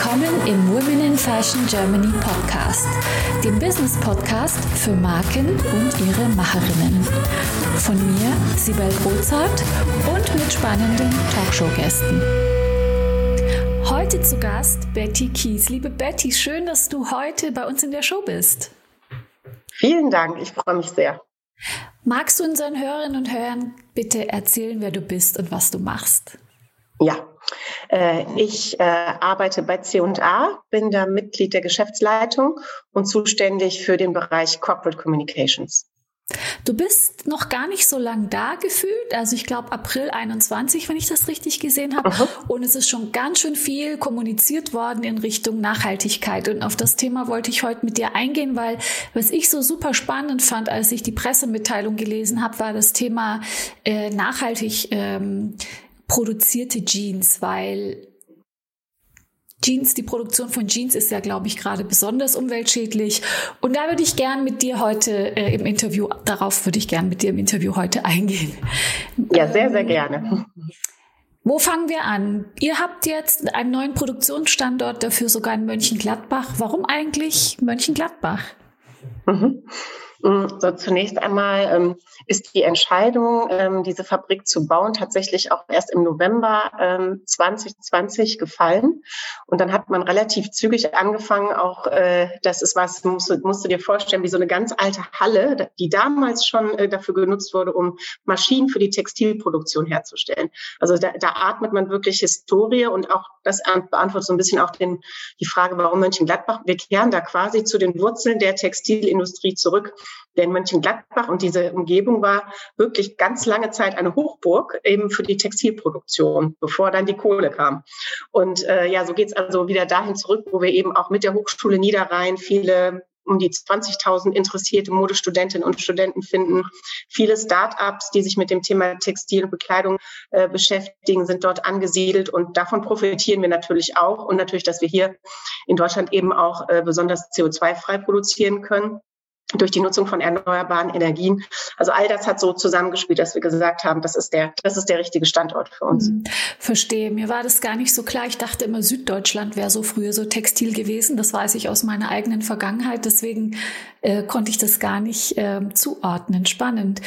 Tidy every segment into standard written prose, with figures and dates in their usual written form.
willkommen im Women in Fashion Germany Podcast, dem Business Podcast für Marken und ihre Macherinnen. Von mir, Sibel Rozart, und mit spannenden Talkshow-Gästen. Heute zu Gast Betty Kies. Liebe Betty, schön, dass du heute bei uns in der Show bist. Vielen Dank, ich freue mich sehr. Magst du unseren Hörerinnen und Hörern bitte erzählen, wer du bist und was du machst? Ja, ich arbeite bei C&A, bin da Mitglied der Geschäftsleitung und zuständig für den Bereich Corporate Communications. Du bist noch gar nicht so lang da gefühlt, also ich glaube April 21, wenn ich das richtig gesehen habe. Und es ist schon ganz schön viel kommuniziert worden in Richtung Nachhaltigkeit. Und auf das Thema wollte ich heute mit dir eingehen, weil was ich so super spannend fand, als ich die Pressemitteilung gelesen habe, war das Thema nachhaltig produzierte Jeans, weil die Produktion von Jeans ist ja, glaube ich, gerade besonders umweltschädlich. Und da würde ich gern mit dir heute darauf würde ich gern mit dir im Interview heute eingehen. Ja, sehr, sehr gerne. Wo fangen wir an? Ihr habt jetzt einen neuen Produktionsstandort, dafür sogar in Mönchengladbach. Warum eigentlich Mönchengladbach? So, zunächst einmal ist die Entscheidung, diese Fabrik zu bauen, tatsächlich auch erst im November 2020 gefallen. Und dann hat man relativ zügig angefangen, auch das ist was, musst du dir vorstellen, wie so eine ganz alte Halle, die damals schon dafür genutzt wurde, um Maschinen für die Textilproduktion herzustellen. Also da atmet man wirklich Historie, und auch das beantwortet so ein bisschen auch die Frage, warum Mönchengladbach. Wir kehren da quasi zu den Wurzeln der Textilindustrie zurück. Denn Mönchengladbach und diese Umgebung war wirklich ganz lange Zeit eine Hochburg eben für die Textilproduktion, bevor dann die Kohle kam. Und so geht's also wieder dahin zurück, wo wir eben auch mit der Hochschule Niederrhein um die 20.000 interessierte Modestudentinnen und Studenten finden. Viele Start-ups, die sich mit dem Thema Textil und Bekleidung beschäftigen, sind dort angesiedelt, und davon profitieren wir natürlich auch. Und natürlich, dass wir hier in Deutschland eben auch besonders CO2-frei produzieren können durch die Nutzung von erneuerbaren Energien. Also all das hat so zusammengespielt, dass wir gesagt haben, das ist der richtige Standort für uns. Verstehe. Mir war das gar nicht so klar. Ich dachte immer, Süddeutschland wäre so früher so Textil gewesen. Das weiß ich aus meiner eigenen Vergangenheit. Deswegen konnte ich das gar nicht zuordnen. Spannend.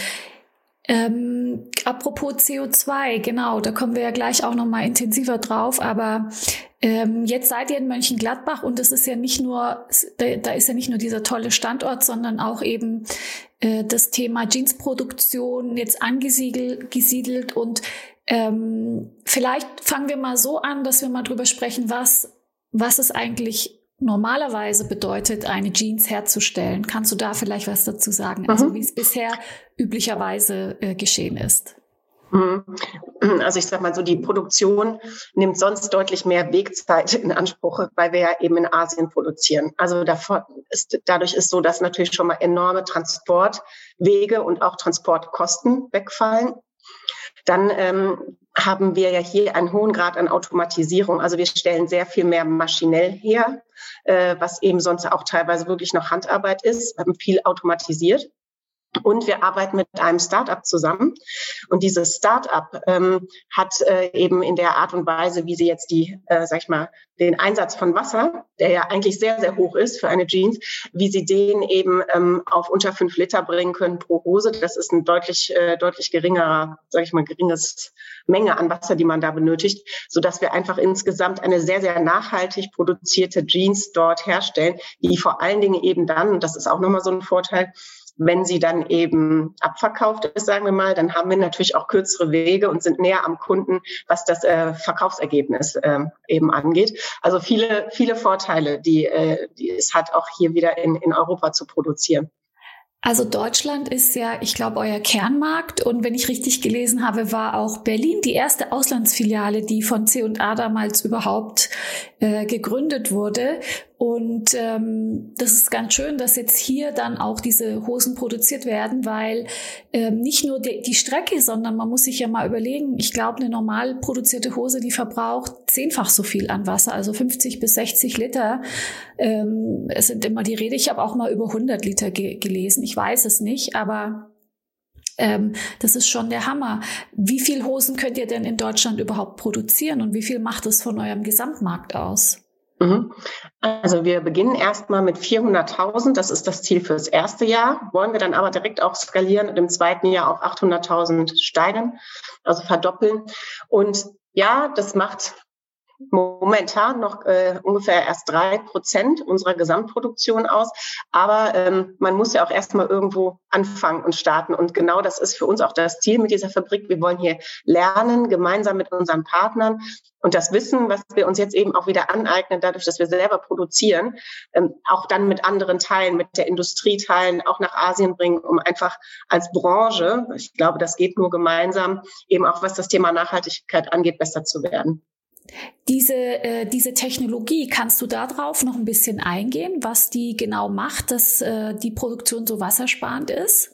Apropos CO2, genau, da kommen wir ja gleich auch nochmal intensiver drauf, aber jetzt seid ihr in Mönchengladbach, und das ist ja nicht nur, da ist ja nicht nur dieser tolle Standort, sondern auch eben das Thema Jeansproduktion jetzt angesiedelt, und vielleicht fangen wir mal so an, dass wir mal drüber sprechen, was es eigentlich normalerweise bedeutet, eine Jeans herzustellen. Kannst du da vielleicht was dazu sagen? Also wie es bisher üblicherweise geschehen ist? Also ich sag mal so, die Produktion nimmt sonst deutlich mehr Wegzeit in Anspruch, weil wir ja eben in Asien produzieren. Also dadurch ist so, dass natürlich schon mal enorme Transportwege und auch Transportkosten wegfallen. Dann haben wir ja hier einen hohen Grad an Automatisierung. Also wir stellen sehr viel mehr maschinell her, was eben sonst auch teilweise wirklich noch Handarbeit ist, viel automatisiert. Und wir arbeiten mit einem Start-up zusammen. Und dieses Start-up hat eben in der Art und Weise, wie sie jetzt den Einsatz von Wasser, der ja eigentlich sehr, sehr hoch ist für eine Jeans, wie sie den eben auf unter 5 Liter bringen können pro Hose. Das ist ein deutlich geringes Menge an Wasser, die man da benötigt, sodass wir einfach insgesamt eine sehr, sehr nachhaltig produzierte Jeans dort herstellen, die vor allen Dingen eben dann, und das ist auch nochmal so ein Vorteil, wenn sie dann eben abverkauft ist, sagen wir mal, dann haben wir natürlich auch kürzere Wege und sind näher am Kunden, was das Verkaufsergebnis eben angeht. Also viele, viele Vorteile, die es hat, auch hier wieder in Europa zu produzieren. Also Deutschland ist ja, ich glaube, euer Kernmarkt, und wenn ich richtig gelesen habe, war auch Berlin die erste Auslandsfiliale, die von C&A damals überhaupt gegründet wurde. Und das ist ganz schön, dass jetzt hier dann auch diese Hosen produziert werden, weil nicht nur die Strecke, sondern man muss sich ja mal überlegen, ich glaube, eine normal produzierte Hose, die verbraucht 10-fach so viel an Wasser, also 50 bis 60 Liter. Es sind immer die Rede, ich habe auch mal über 100 Liter gelesen, ich weiß es nicht, aber das ist schon der Hammer. Wie viel Hosen könnt ihr denn in Deutschland überhaupt produzieren, und wie viel macht es von eurem Gesamtmarkt aus? Also wir beginnen erstmal mit 400.000. Das ist das Ziel fürs erste Jahr. Wollen wir dann aber direkt auch skalieren und im zweiten Jahr auf 800.000 steigern, also verdoppeln. Und ja, das macht momentan noch ungefähr erst 3% unserer Gesamtproduktion aus. Aber man muss ja auch erstmal irgendwo anfangen und starten. Und genau das ist für uns auch das Ziel mit dieser Fabrik. Wir wollen hier lernen, gemeinsam mit unseren Partnern. Und das Wissen, was wir uns jetzt eben auch wieder aneignen, dadurch, dass wir selber produzieren, auch dann mit anderen teilen, mit der Industrie teilen, auch nach Asien bringen, um einfach als Branche, ich glaube, das geht nur gemeinsam, eben auch was das Thema Nachhaltigkeit angeht, besser zu werden. Diese Technologie, kannst du da drauf noch ein bisschen eingehen, was die genau macht, dass die Produktion so wassersparend ist?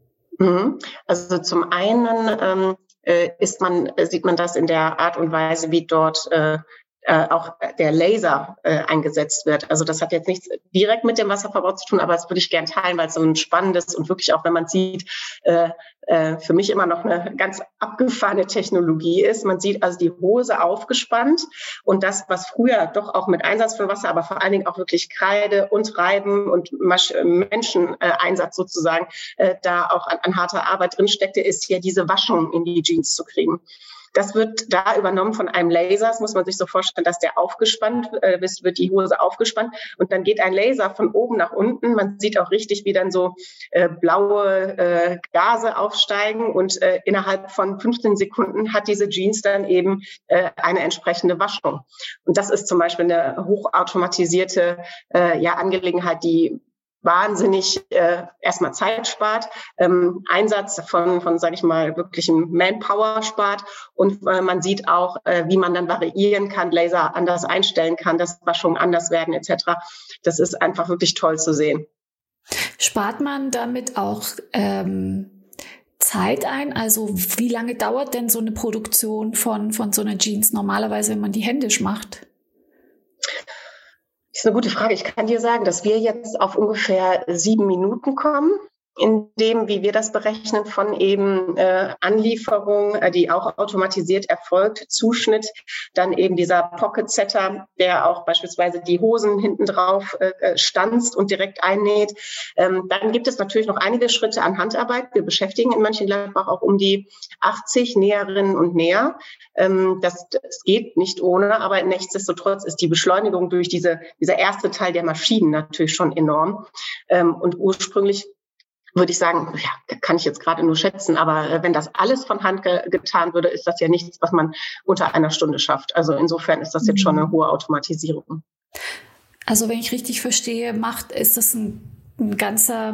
Also zum einen sieht man das in der Art und Weise, wie dort auch der Laser eingesetzt wird. Also das hat jetzt nichts direkt mit dem Wasserverbrauch zu tun, aber das würde ich gern teilen, weil es so ein spannendes und wirklich auch, wenn man sieht, für mich immer noch eine ganz abgefahrene Technologie ist. Man sieht also die Hose aufgespannt und das, was früher doch auch mit Einsatz von Wasser, aber vor allen Dingen auch wirklich Kreide und Reiben und Menscheneinsatz sozusagen da auch an harter Arbeit drin steckte, ist ja diese Waschung in die Jeans zu kriegen. Das wird da übernommen von einem Laser. Das muss man sich so vorstellen, dass der aufgespannt wird die Hose aufgespannt und dann geht ein Laser von oben nach unten. Man sieht auch richtig, wie dann so blaue Gase aufsteigen und innerhalb von 15 Sekunden hat diese Jeans dann eben eine entsprechende Waschung. Und das ist zum Beispiel eine hochautomatisierte Angelegenheit, die wahnsinnig erstmal Zeit spart, Einsatz von sage ich mal, wirklichem Manpower spart und man sieht auch, wie man dann variieren kann, Laser anders einstellen kann, dass Waschungen anders werden etc. Das ist einfach wirklich toll zu sehen. Spart man damit auch Zeit ein? Also wie lange dauert denn so eine Produktion von so einer Jeans normalerweise, wenn man die händisch macht? Das ist eine gute Frage. Ich kann dir sagen, dass wir jetzt auf ungefähr 7 Minuten kommen, in dem, wie wir das berechnen, von eben Anlieferung, die auch automatisiert erfolgt, Zuschnitt, dann eben dieser Pocket-Setter, der auch beispielsweise die Hosen hinten drauf stanzt und direkt einnäht. Dann gibt es natürlich noch einige Schritte an Handarbeit. Wir beschäftigen in Mönchengladbach auch um die 80 Näherinnen und Näher. Das geht nicht ohne, aber nichtsdestotrotz ist die Beschleunigung durch dieser erste Teil der Maschinen natürlich schon enorm. Und ursprünglich würde ich sagen, ja, kann ich jetzt gerade nur schätzen, aber wenn das alles von Hand getan würde, ist das ja nichts, was man unter einer Stunde schafft. Also insofern ist das jetzt schon eine hohe Automatisierung. Also wenn ich richtig verstehe, ist das ein ganzer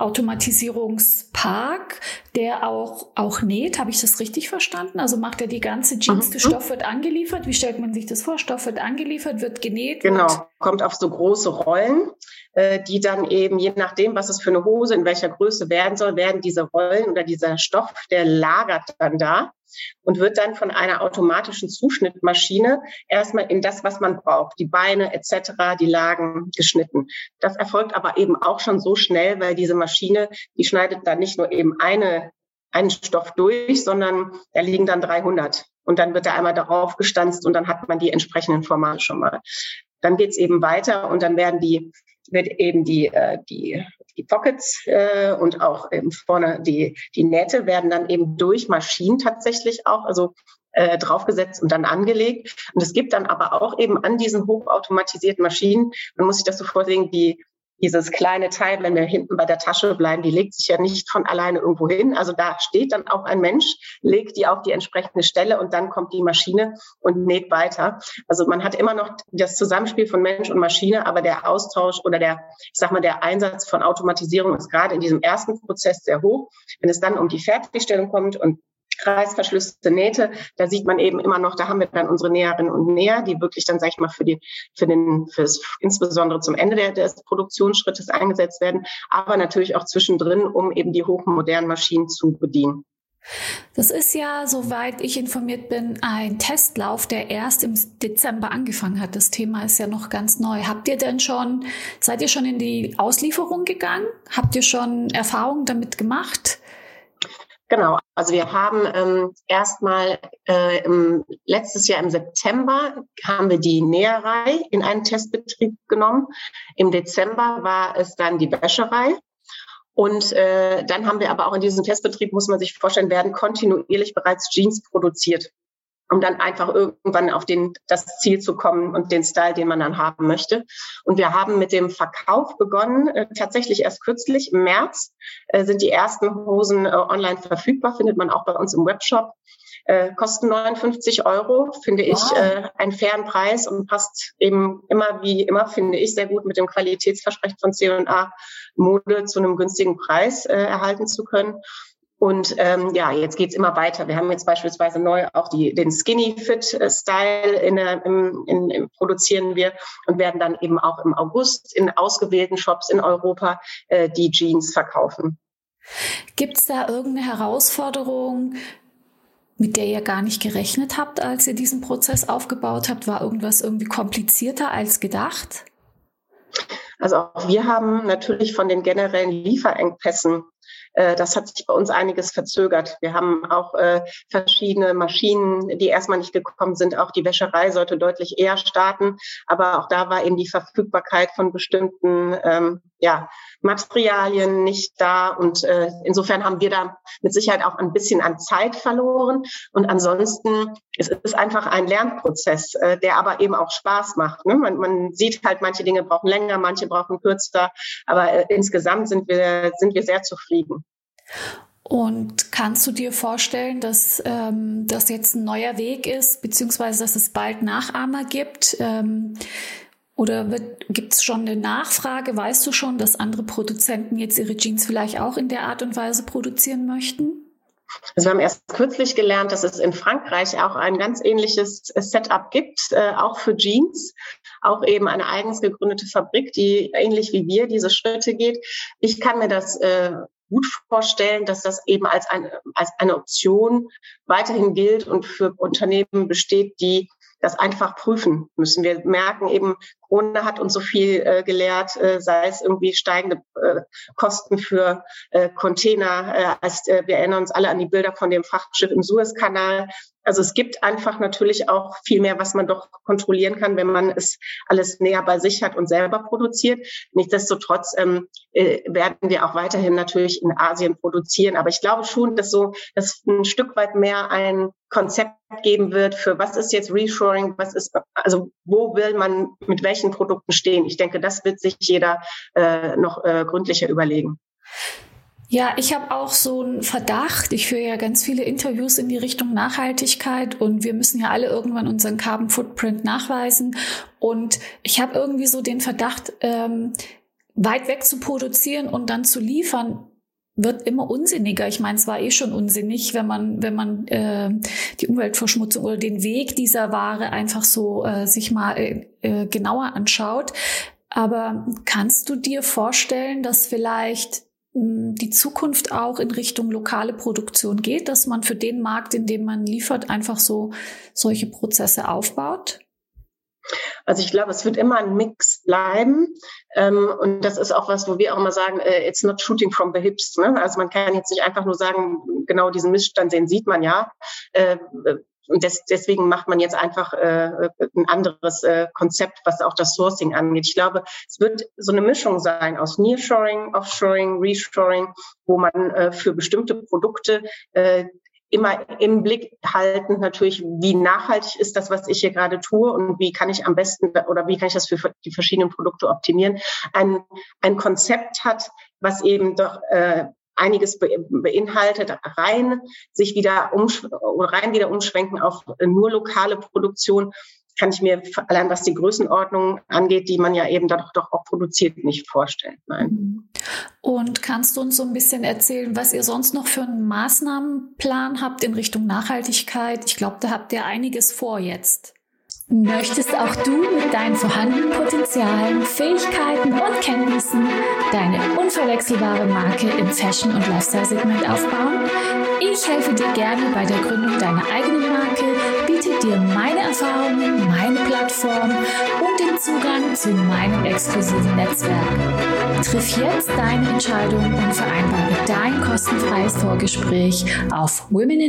Automatisierungspark, der auch näht. Habe ich das richtig verstanden? Also macht er die ganze Jeans, der Stoff wird angeliefert. Wie stellt man sich das vor? Stoff wird angeliefert, wird genäht. Genau, kommt auf so große Rollen, die dann eben, je nachdem, was es für eine Hose, in welcher Größe werden soll, werden diese Rollen oder dieser Stoff, der lagert dann da und wird dann von einer automatischen Zuschnittmaschine erstmal in das, was man braucht, die Beine etc., die Lagen geschnitten. Das erfolgt aber eben auch schon so schnell, weil diese Maschine, die schneidet dann nicht nur eben einen Stoff durch, sondern da liegen dann 300. Und dann wird da einmal darauf gestanzt und dann hat man die entsprechenden Formate schon mal. Dann geht's eben weiter und dann wird eben die Pockets und auch eben vorne die Nähte werden dann eben durch Maschinen tatsächlich auch, also draufgesetzt und dann angelegt. Und es gibt dann aber auch eben an diesen hochautomatisierten Maschinen, man muss sich das so vorsehen, dieses kleine Teil, wenn wir hinten bei der Tasche bleiben, die legt sich ja nicht von alleine irgendwo hin. Also da steht dann auch ein Mensch, legt die auf die entsprechende Stelle und dann kommt die Maschine und näht weiter. Also man hat immer noch das Zusammenspiel von Mensch und Maschine, aber der Austausch oder der Einsatz von Automatisierung ist gerade in diesem ersten Prozess sehr hoch. Wenn es dann um die Fertigstellung kommt und reißverschlüsselte Nähte, da sieht man eben immer noch, da haben wir dann unsere Näherinnen und Näher, die wirklich dann, sag ich mal, insbesondere zum Ende des Produktionsschrittes eingesetzt werden, aber natürlich auch zwischendrin, um eben die hochmodernen Maschinen zu bedienen. Das ist ja, soweit ich informiert bin, ein Testlauf, der erst im Dezember angefangen hat. Das Thema ist ja noch ganz neu. Seid ihr schon in die Auslieferung gegangen? Habt ihr schon Erfahrungen damit gemacht? Genau, also wir haben erstmal letztes Jahr im September haben wir die Näherei in einen Testbetrieb genommen. Im Dezember war es dann die Wäscherei. Und dann haben wir aber auch in diesem Testbetrieb, muss man sich vorstellen, werden kontinuierlich bereits Jeans produziert, um dann einfach irgendwann auf das Ziel zu kommen und den Style, den man dann haben möchte. Und wir haben mit dem Verkauf begonnen, tatsächlich erst kürzlich, im März, sind die ersten Hosen online verfügbar, findet man auch bei uns im Webshop. Kosten 59 €, finde ich, einen fairen Preis und passt eben wie immer, finde ich, sehr gut mit dem Qualitätsversprechen von C&A, Mode zu einem günstigen Preis erhalten zu können. Und jetzt geht's immer weiter. Wir haben jetzt beispielsweise neu auch den Skinny Fit Style produzieren wir und werden dann eben auch im August in ausgewählten Shops in Europa die Jeans verkaufen. Gibt's da irgendeine Herausforderung, mit der ihr gar nicht gerechnet habt, als ihr diesen Prozess aufgebaut habt? War irgendwas irgendwie komplizierter als gedacht? Also auch wir haben natürlich von den generellen Lieferengpässen, das hat sich bei uns einiges verzögert. Wir haben auch verschiedene Maschinen, die erstmal nicht gekommen sind. Auch die Wäscherei sollte deutlich eher starten. Aber auch da war eben die Verfügbarkeit von bestimmten Materialien nicht da. Und insofern haben wir da mit Sicherheit auch ein bisschen an Zeit verloren. Und ansonsten es ist einfach ein Lernprozess, der aber eben auch Spaß macht. Ne? Man sieht halt, manche Dinge brauchen länger, manche brauchen kürzer. Aber insgesamt sind wir sehr zufrieden. Und kannst du dir vorstellen, dass das jetzt ein neuer Weg ist, beziehungsweise dass es bald Nachahmer gibt? Oder gibt es schon eine Nachfrage? Weißt du schon, dass andere Produzenten jetzt ihre Jeans vielleicht auch in der Art und Weise produzieren möchten? Also wir haben erst kürzlich gelernt, dass es in Frankreich auch ein ganz ähnliches Setup gibt, auch für Jeans. Auch eben eine eigens gegründete Fabrik, die ähnlich wie wir diese Schritte geht. Ich kann mir das gut vorstellen, dass das eben als eine Option weiterhin gilt und für Unternehmen besteht, die das einfach prüfen müssen. Wir merken eben, Corona hat uns so viel gelehrt, sei es irgendwie steigende Kosten für Container. Wir erinnern uns alle an die Bilder von dem Frachtschiff im Suezkanal. Also es gibt einfach natürlich auch viel mehr, was man doch kontrollieren kann, wenn man es alles näher bei sich hat und selber produziert. Nichtsdestotrotz werden wir auch weiterhin natürlich in Asien produzieren. Aber ich glaube schon, dass ein Stück weit mehr ein Konzept geben wird für was ist jetzt Reshoring, wo will man mit welchen Produkten stehen. Ich denke, das wird sich jeder noch gründlicher überlegen. Ja, ich habe auch so einen Verdacht. Ich führe ja ganz viele Interviews in die Richtung Nachhaltigkeit und wir müssen ja alle irgendwann unseren Carbon Footprint nachweisen. Und ich habe irgendwie so den Verdacht, weit weg zu produzieren und dann zu liefern, wird immer unsinniger. Ich meine, es war schon unsinnig, wenn man die Umweltverschmutzung oder den Weg dieser Ware einfach so sich mal genauer anschaut. Aber kannst du dir vorstellen, dass vielleicht die Zukunft auch in Richtung lokale Produktion geht, dass man für den Markt, in dem man liefert, einfach so solche Prozesse aufbaut? Also ich glaube, es wird immer ein Mix bleiben. Und das ist auch was, wo wir auch immer sagen, it's not shooting from the hips. Ne? Also man kann jetzt nicht einfach nur sagen, genau diesen Missstand, den sieht man ja. Und deswegen macht man jetzt einfach ein anderes Konzept, was auch das Sourcing angeht. Ich glaube, es wird so eine Mischung sein aus Nearshoring, Offshoring, Reshoring, wo man für bestimmte Produkte immer im Blick halten, natürlich, wie nachhaltig ist das, was ich hier gerade tue und wie kann ich am besten oder wie kann ich das für die verschiedenen Produkte optimieren, ein Konzept hat, was eben doch einiges beinhaltet, rein wieder umschwenken auf nur lokale Produktion, kann ich mir allein, was die Größenordnung angeht, die man ja eben doch auch produziert, nicht vorstellen. Nein. Und kannst du uns so ein bisschen erzählen, was ihr sonst noch für einen Maßnahmenplan habt in Richtung Nachhaltigkeit? Ich glaube, da habt ihr einiges vor jetzt. Möchtest auch du mit deinen vorhandenen Potenzialen, Fähigkeiten und Kenntnissen deine unverwechselbare Marke im Fashion- und Lifestyle-Segment aufbauen? Ich helfe dir gerne bei der Gründung deiner eigenen Marke, biete dir meine Erfahrungen, meine Plattform und den Zugang Willkommen zu meinem exklusiven Netzwerk. Triff jetzt deine Entscheidung und vereinbare dein kostenfreies Vorgespräch auf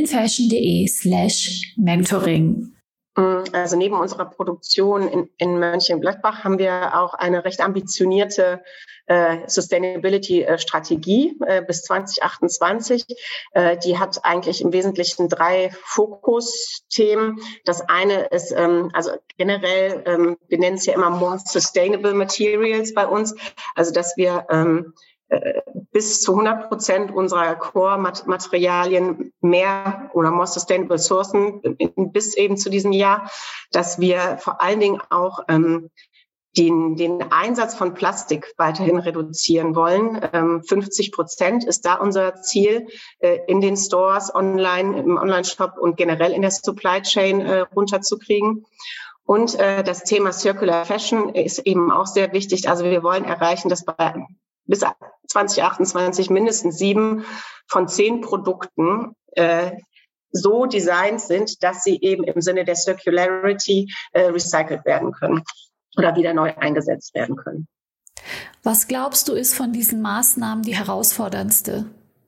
womeninfashion.de/mentoring. Also neben unserer Produktion in Mönchengladbach haben wir auch eine recht ambitionierte Sustainability-Strategie bis 2028. Die hat eigentlich im Wesentlichen 3 Fokusthemen. Das eine ist, also generell, wir nennen es ja immer More Sustainable Materials bei uns, also dass wir bis zu 100% unserer Core-Materialien mehr oder more sustainable sourcen bis eben zu diesem Jahr, dass wir vor allen Dingen auch den Einsatz von Plastik weiterhin reduzieren wollen. 50% ist da unser Ziel, in den Stores, online, im Online-Shop und generell in der Supply Chain runterzukriegen. Und das Thema Circular Fashion ist eben auch sehr wichtig. Also wir wollen erreichen, dass bis 2028 mindestens 7 von 10 Produkten so designt sind, dass sie eben im Sinne der Circularity recycelt werden können oder wieder neu eingesetzt werden können. Was glaubst du, ist von diesen Maßnahmen die herausforderndste?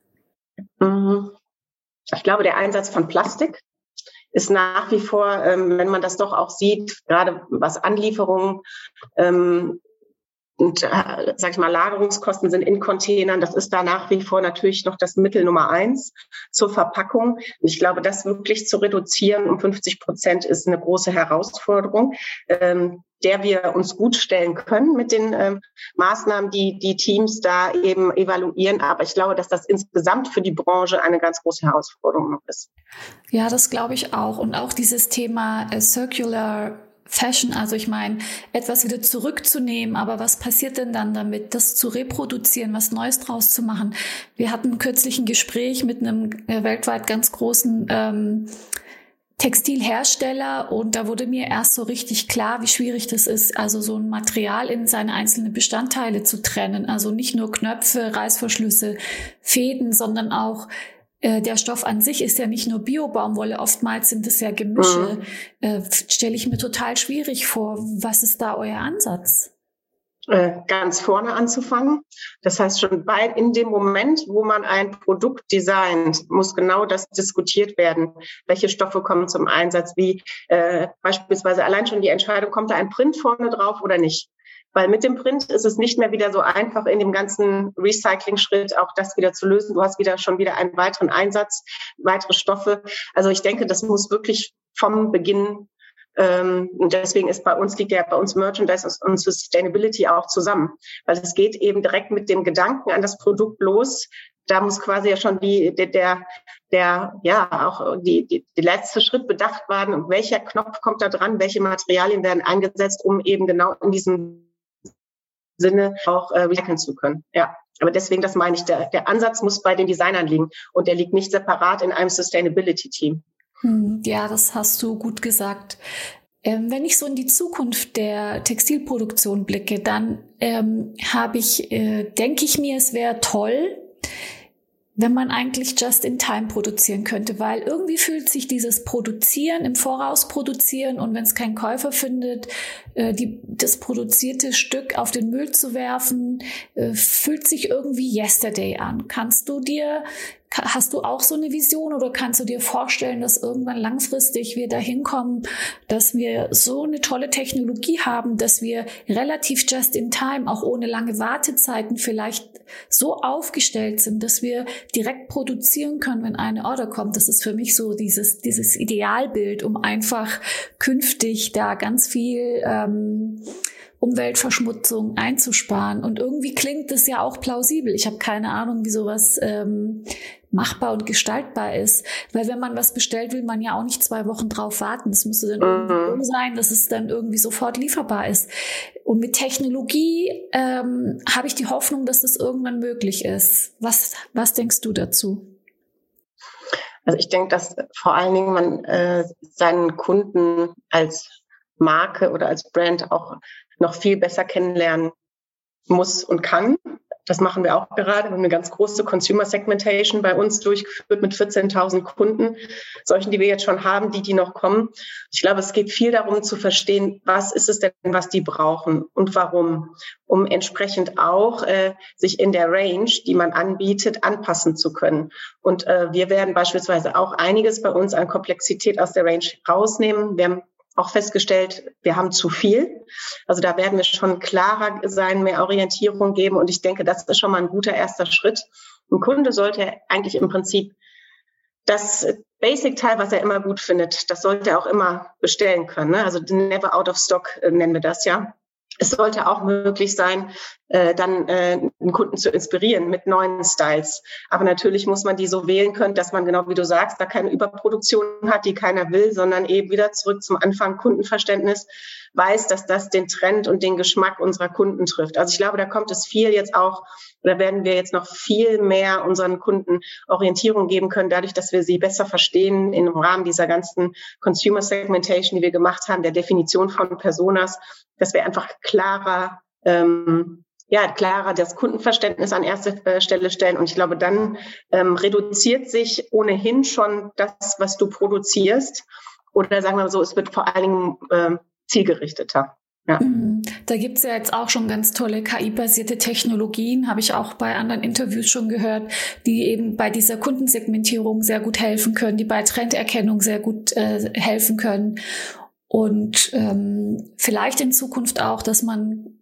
Ich glaube, der Einsatz von Plastik ist nach wie vor, wenn man das doch auch sieht, gerade was Anlieferungen und, sag ich mal, Lagerungskosten sind in Containern. Das ist da nach wie vor natürlich noch das Mittel Nummer 1 zur Verpackung. Und ich glaube, das wirklich zu reduzieren um 50% ist eine große Herausforderung, der wir uns gut stellen können mit den Maßnahmen, die Teams da eben evaluieren. Aber ich glaube, dass das insgesamt für die Branche eine ganz große Herausforderung noch ist. Ja, das glaube ich auch. Und auch dieses Thema Circular Fashion, also ich meine, etwas wieder zurückzunehmen, aber was passiert denn dann damit, das zu reproduzieren, was Neues draus zu machen? Wir hatten kürzlich ein Gespräch mit einem weltweit ganz großen Textilhersteller und da wurde mir erst so richtig klar, wie schwierig das ist, also so ein Material in seine einzelnen Bestandteile zu trennen, also nicht nur Knöpfe, Reißverschlüsse, Fäden, sondern auch der Stoff an sich ist ja nicht nur Bio-Baumwolle, oftmals sind es ja Gemische. Stelle ich mir total schwierig vor. Was ist da euer Ansatz? Ganz vorne anzufangen. Das heißt, schon in dem Moment, wo man ein Produkt designt, muss genau das diskutiert werden. Welche Stoffe kommen zum Einsatz? Wie beispielsweise allein schon die Entscheidung, kommt da ein Print vorne drauf oder nicht? Weil mit dem Print ist es nicht mehr wieder so einfach in dem ganzen Recycling-Schritt auch das wieder zu lösen. Du hast schon wieder einen weiteren Einsatz, weitere Stoffe. Also ich denke, das muss wirklich vom Beginn und deswegen liegt ja bei uns Merchandise und Sustainability auch zusammen. Weil es geht eben direkt mit dem Gedanken an das Produkt los. Da muss quasi ja schon der letzte Schritt bedacht werden. Und welcher Knopf kommt da dran? Welche Materialien werden eingesetzt, um eben genau in diesem Sinne auch recyceln zu können. Ja, aber deswegen, das meine ich, der Ansatz muss bei den Designern liegen und der liegt nicht separat in einem Sustainability-Team. Ja, das hast du gut gesagt. Wenn ich so in die Zukunft der Textilproduktion blicke, dann denke ich mir, es wäre toll, wenn man eigentlich just in time produzieren könnte, weil irgendwie fühlt sich dieses Produzieren, im Voraus produzieren und wenn es keinen Käufer findet, das produzierte Stück auf den Müll zu werfen, fühlt sich irgendwie yesterday an. Hast du auch so eine Vision oder kannst du dir vorstellen, dass irgendwann langfristig wir dahin kommen, dass wir so eine tolle Technologie haben, dass wir relativ just in time, auch ohne lange Wartezeiten vielleicht so aufgestellt sind, dass wir direkt produzieren können, wenn eine Order kommt? Das ist für mich so dieses Idealbild, um einfach künftig da ganz viel Umweltverschmutzung einzusparen. Und irgendwie klingt das ja auch plausibel. Ich habe keine Ahnung, wie sowas machbar und gestaltbar ist. Weil wenn man was bestellt, will man ja auch nicht 2 Wochen drauf warten. Das müsste dann irgendwie sein, dass es dann irgendwie sofort lieferbar ist. Und mit Technologie habe ich die Hoffnung, dass das irgendwann möglich ist. Was denkst du dazu? Also ich denke, dass vor allen Dingen man seinen Kunden als Marke oder als Brand auch noch viel besser kennenlernen muss und kann. Das machen wir auch gerade. Wir haben eine ganz große Consumer Segmentation bei uns durchgeführt mit 14.000 Kunden, solchen, die wir jetzt schon haben, die noch kommen. Ich glaube, es geht viel darum zu verstehen, was ist es denn, was die brauchen und warum, um entsprechend auch sich in der Range, die man anbietet, anpassen zu können. Und wir werden beispielsweise auch einiges bei uns an Komplexität aus der Range rausnehmen. Wir haben auch festgestellt, wir haben zu viel. Also da werden wir schon klarer sein, mehr Orientierung geben. Und ich denke, das ist schon mal ein guter erster Schritt. Ein Kunde sollte eigentlich im Prinzip das Basic-Teil, was er immer gut findet, das sollte er auch immer bestellen können. Ne? Also never out of stock nennen wir das ja. Es sollte auch möglich sein, dann einen Kunden zu inspirieren mit neuen Styles. Aber natürlich muss man die so wählen können, dass man, genau wie du sagst, da keine Überproduktion hat, die keiner will, sondern eben wieder zurück zum Anfang Kundenverständnis, weiß, dass das den Trend und den Geschmack unserer Kunden trifft. Also ich glaube, da kommt es viel jetzt auch, oder werden wir jetzt noch viel mehr unseren Kunden Orientierung geben können, dadurch, dass wir sie besser verstehen im Rahmen dieser ganzen Consumer Segmentation, die wir gemacht haben, der Definition von Personas, dass wir einfach klarer das Kundenverständnis an erste Stelle stellen. Und ich glaube, dann reduziert sich ohnehin schon das, was du produzierst. Oder sagen wir mal so, es wird vor allen Dingen zielgerichteter. Ja. Da gibt's ja jetzt auch schon ganz tolle KI-basierte Technologien, habe ich auch bei anderen Interviews schon gehört, die eben bei dieser Kundensegmentierung sehr gut helfen können, die bei Trenderkennung sehr gut helfen können. Und vielleicht in Zukunft auch, dass man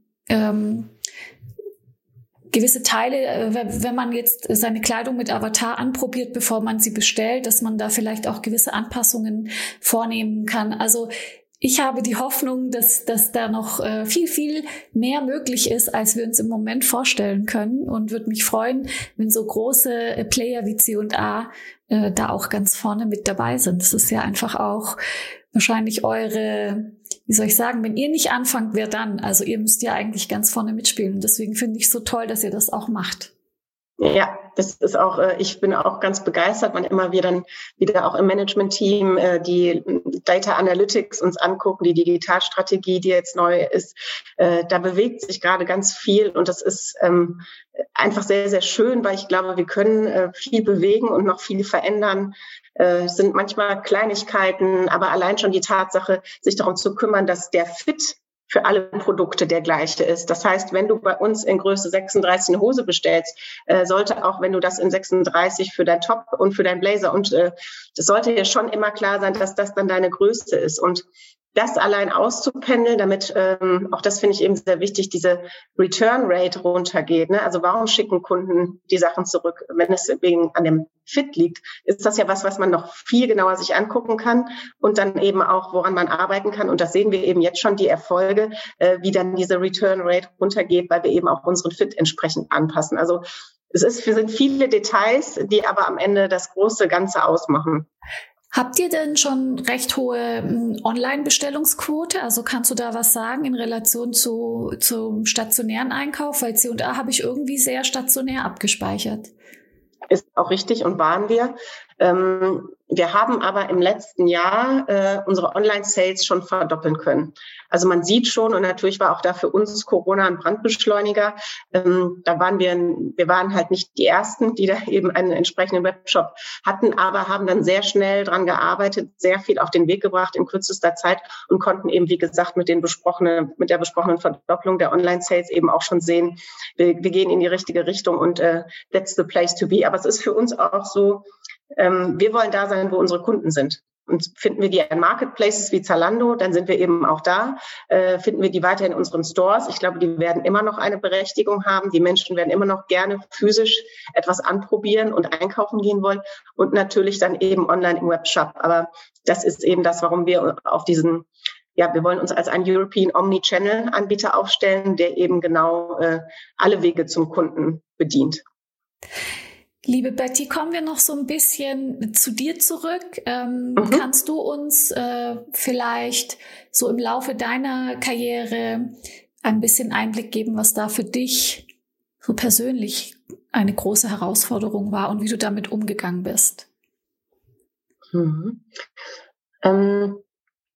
gewisse Teile, wenn man jetzt seine Kleidung mit Avatar anprobiert, bevor man sie bestellt, dass man da vielleicht auch gewisse Anpassungen vornehmen kann. Also ich habe die Hoffnung, dass da noch viel, viel mehr möglich ist, als wir uns im Moment vorstellen können, und würde mich freuen, wenn so große Player wie C&A da auch ganz vorne mit dabei sind. Das ist ja einfach auch wahrscheinlich eure, wie soll ich sagen, wenn ihr nicht anfangt, wer dann? Also ihr müsst ja eigentlich ganz vorne mitspielen. Deswegen finde ich es so toll, dass ihr das auch macht. Ja, das ist auch, ich bin auch ganz begeistert, wann immer wir dann wieder auch im Management-Team die Data Analytics uns angucken, die Digitalstrategie, die jetzt neu ist, da bewegt sich gerade ganz viel, und das ist einfach sehr, sehr schön, weil ich glaube, wir können viel bewegen und noch viel verändern. Es sind manchmal Kleinigkeiten, aber allein schon die Tatsache, sich darum zu kümmern, dass der Fit für alle Produkte der gleiche ist. Das heißt, wenn du bei uns in Größe 36 eine Hose bestellst, sollte auch, wenn du das in 36 für dein Top und für dein Blazer, und das sollte dir schon immer klar sein, dass das dann deine Größe ist. Und das allein auszupendeln, damit, auch das finde ich eben sehr wichtig, diese Return Rate runtergeht. Ne? Also warum schicken Kunden die Sachen zurück? Wenn es wegen an dem Fit liegt, ist das ja was man noch viel genauer sich angucken kann und dann eben auch, woran man arbeiten kann. Und das sehen wir eben jetzt schon, die Erfolge, wie dann diese Return Rate runtergeht, weil wir eben auch unseren Fit entsprechend anpassen. Also sind viele Details, die aber am Ende das große Ganze ausmachen. Habt ihr denn schon recht hohe Online-Bestellungsquote? Also kannst du da was sagen in Relation zum stationären Einkauf? Weil C&A habe ich irgendwie sehr stationär abgespeichert. Ist auch richtig, und waren wir. Wir haben aber im letzten Jahr unsere Online-Sales schon verdoppeln können. Also man sieht schon, und natürlich war auch da für uns Corona ein Brandbeschleuniger. Da waren wir waren halt nicht die Ersten, die da eben einen entsprechenden Webshop hatten, aber haben dann sehr schnell dran gearbeitet, sehr viel auf den Weg gebracht in kürzester Zeit und konnten eben, wie gesagt, mit der besprochenen Verdopplung der Online-Sales eben auch schon sehen, wir gehen in die richtige Richtung, und that's the place to be. Aber es ist für uns auch so, wir wollen da sein, wo unsere Kunden sind. Und finden wir die in Marketplaces wie Zalando, dann sind wir eben auch da. Finden wir die weiter in unseren Stores. Ich glaube, die werden immer noch eine Berechtigung haben. Die Menschen werden immer noch gerne physisch etwas anprobieren und einkaufen gehen wollen. Und natürlich dann eben online im Webshop. Aber das ist eben das, warum wir auf diesen, wir wollen uns als ein European Omnichannel-Anbieter aufstellen, der eben genau alle Wege zum Kunden bedient. Liebe Betty, kommen wir noch so ein bisschen zu dir zurück. Kannst du uns vielleicht so im Laufe deiner Karriere ein bisschen Einblick geben, was da für dich so persönlich eine große Herausforderung war und wie du damit umgegangen bist?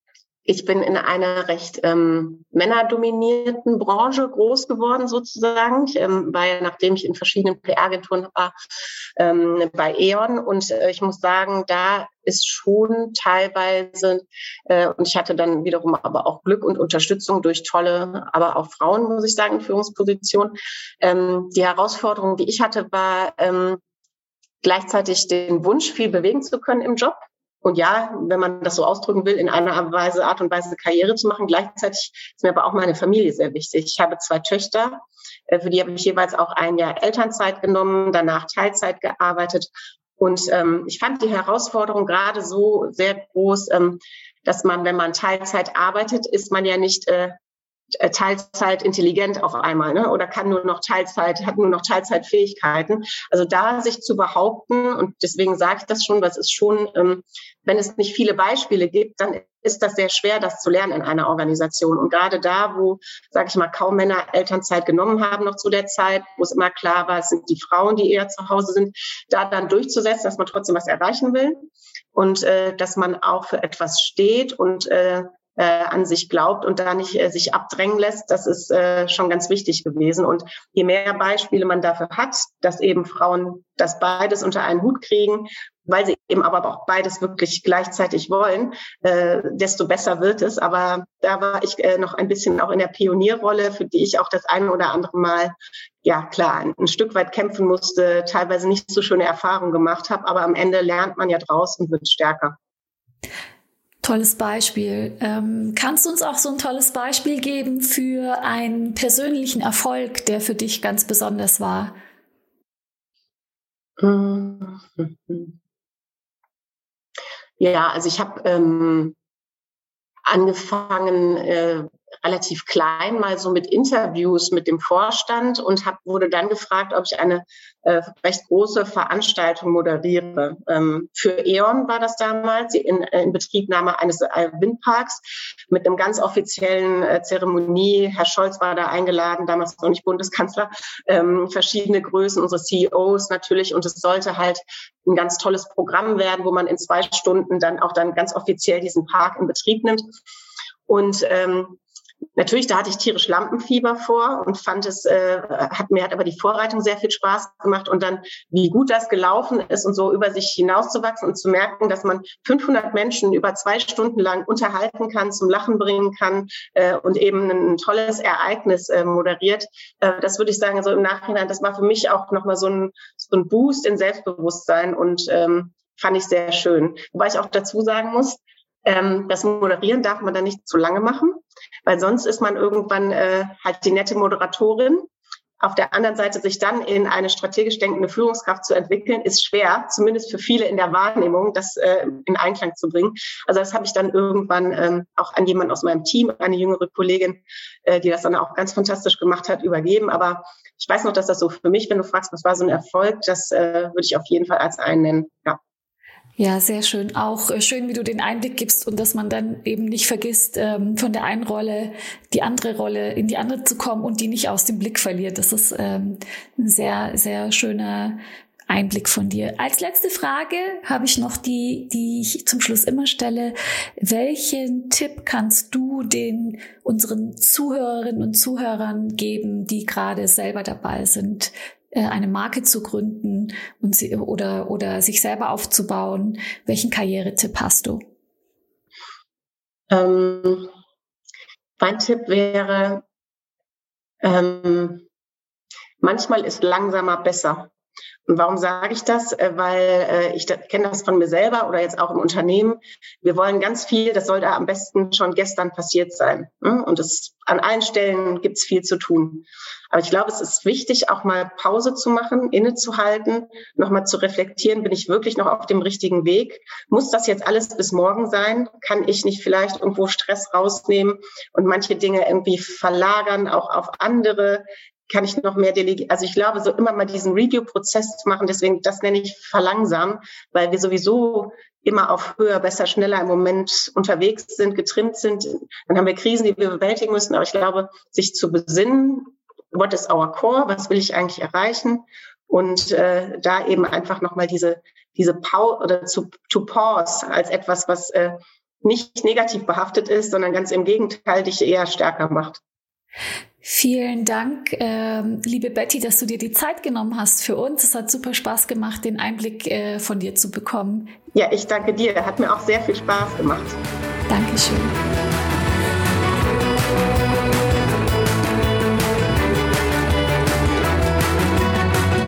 Ich bin in einer recht männerdominierten Branche groß geworden sozusagen. Ich war ja, nachdem ich in verschiedenen PR-Agenturen war, bei E.ON. Und ich muss sagen, da ist schon teilweise, und ich hatte dann wiederum aber auch Glück und Unterstützung durch tolle, aber auch Frauen, muss ich sagen, in Führungspositionen. Die Herausforderung, die ich hatte, war gleichzeitig den Wunsch, viel bewegen zu können im Job. Und ja, wenn man das so ausdrücken will, in einer Art und Weise Karriere zu machen. Gleichzeitig ist mir aber auch meine Familie sehr wichtig. Ich habe 2 Töchter, für die habe ich jeweils auch 1 Jahr Elternzeit genommen, danach Teilzeit gearbeitet. Und ich fand die Herausforderung gerade so sehr groß, dass man, wenn man Teilzeit arbeitet, ist man ja nicht Teilzeit intelligent auf einmal, ne? Oder hat nur noch Teilzeitfähigkeiten. Also da sich zu behaupten, und deswegen sage ich das schon, weil es ist schon, wenn es nicht viele Beispiele gibt, dann ist das sehr schwer, das zu lernen in einer Organisation. Und gerade da, wo, sage ich mal, kaum Männer Elternzeit genommen haben noch zu der Zeit, wo es immer klar war, es sind die Frauen, die eher zu Hause sind, da dann durchzusetzen, dass man trotzdem was erreichen will und dass man auch für etwas steht und an sich glaubt und da nicht sich abdrängen lässt, das ist schon ganz wichtig gewesen. Und je mehr Beispiele man dafür hat, dass eben Frauen das beides unter einen Hut kriegen, weil sie eben aber auch beides wirklich gleichzeitig wollen, desto besser wird es. Aber da war ich noch ein bisschen auch in der Pionierrolle, für die ich auch das eine oder andere Mal, ja klar, ein Stück weit kämpfen musste, teilweise nicht so schöne Erfahrungen gemacht habe, aber am Ende lernt man ja draus und wird stärker. Tolles Beispiel. Kannst du uns auch so ein tolles Beispiel geben für einen persönlichen Erfolg, der für dich ganz besonders war? Ja, also ich habe angefangen relativ klein, mal so mit Interviews mit dem Vorstand und wurde dann gefragt, ob ich eine recht große Veranstaltung moderiere. Für E.ON war das damals, in Betriebnahme eines Windparks mit einem ganz offiziellen Zeremonie. Herr Scholz war da eingeladen, damals noch nicht Bundeskanzler, verschiedene Größen, unsere CEOs natürlich. Und es sollte halt ein ganz tolles Programm werden, wo man in 2 Stunden dann ganz offiziell diesen Park in Betrieb nimmt. Und natürlich, da hatte ich tierisch Lampenfieber vor und fand mir hat aber die Vorbereitung sehr viel Spaß gemacht und dann, wie gut das gelaufen ist und so über sich hinauszuwachsen und zu merken, dass man 500 Menschen über 2 Stunden lang unterhalten kann, zum Lachen bringen kann und eben ein tolles Ereignis moderiert. Das würde ich sagen, so im Nachhinein, das war für mich auch nochmal so ein Boost in Selbstbewusstsein und fand ich sehr schön. Wobei ich auch dazu sagen muss, das Moderieren darf man dann nicht zu lange machen, weil sonst ist man irgendwann halt die nette Moderatorin. Auf der anderen Seite sich dann in eine strategisch denkende Führungskraft zu entwickeln, ist schwer, zumindest für viele in der Wahrnehmung, das in Einklang zu bringen. Also das habe ich dann irgendwann auch an jemanden aus meinem Team, eine jüngere Kollegin, die das dann auch ganz fantastisch gemacht hat, übergeben. Aber ich weiß noch, dass das so für mich, wenn du fragst, was war so ein Erfolg, das würde ich auf jeden Fall als einen nennen, ja. Ja, sehr schön. Auch schön, wie du den Einblick gibst und dass man dann eben nicht vergisst, von der einen Rolle in die andere zu kommen und die nicht aus dem Blick verliert. Das ist ein sehr, sehr schöner Einblick von dir. Als letzte Frage habe ich noch die ich zum Schluss immer stelle. Welchen Tipp kannst du unseren Zuhörerinnen und Zuhörern geben, die gerade selber dabei sind, eine Marke zu gründen und oder sich selber aufzubauen? Welchen Karrieretipp hast du? Mein Tipp wäre, manchmal ist langsamer besser. Und warum sage ich das? Weil ich kenne das von mir selber oder jetzt auch im Unternehmen. Wir wollen ganz viel, das sollte am besten schon gestern passiert sein. Und an allen Stellen gibt es viel zu tun. Aber ich glaube, es ist wichtig, auch mal Pause zu machen, innezuhalten, nochmal zu reflektieren, bin ich wirklich noch auf dem richtigen Weg? Muss das jetzt alles bis morgen sein? Kann ich nicht vielleicht irgendwo Stress rausnehmen und manche Dinge irgendwie verlagern, auch auf andere? Kann ich noch mehr delegieren? Also ich glaube, so immer mal diesen Review-Prozess zu machen, deswegen, das nenne ich verlangsamen, weil wir sowieso immer auf höher, besser, schneller im Moment unterwegs sind, getrimmt sind. Dann haben wir Krisen, die wir bewältigen müssen. Aber ich glaube, sich zu besinnen, what is our core? Was will ich eigentlich erreichen? Und da eben einfach nochmal diese Pause oder to pause als etwas, was nicht negativ behaftet ist, sondern ganz im Gegenteil dich eher stärker macht. Vielen Dank, liebe Betty, dass du dir die Zeit genommen hast für uns. Es hat super Spaß gemacht, den Einblick von dir zu bekommen. Ja, ich danke dir. Hat mir auch sehr viel Spaß gemacht. Dankeschön.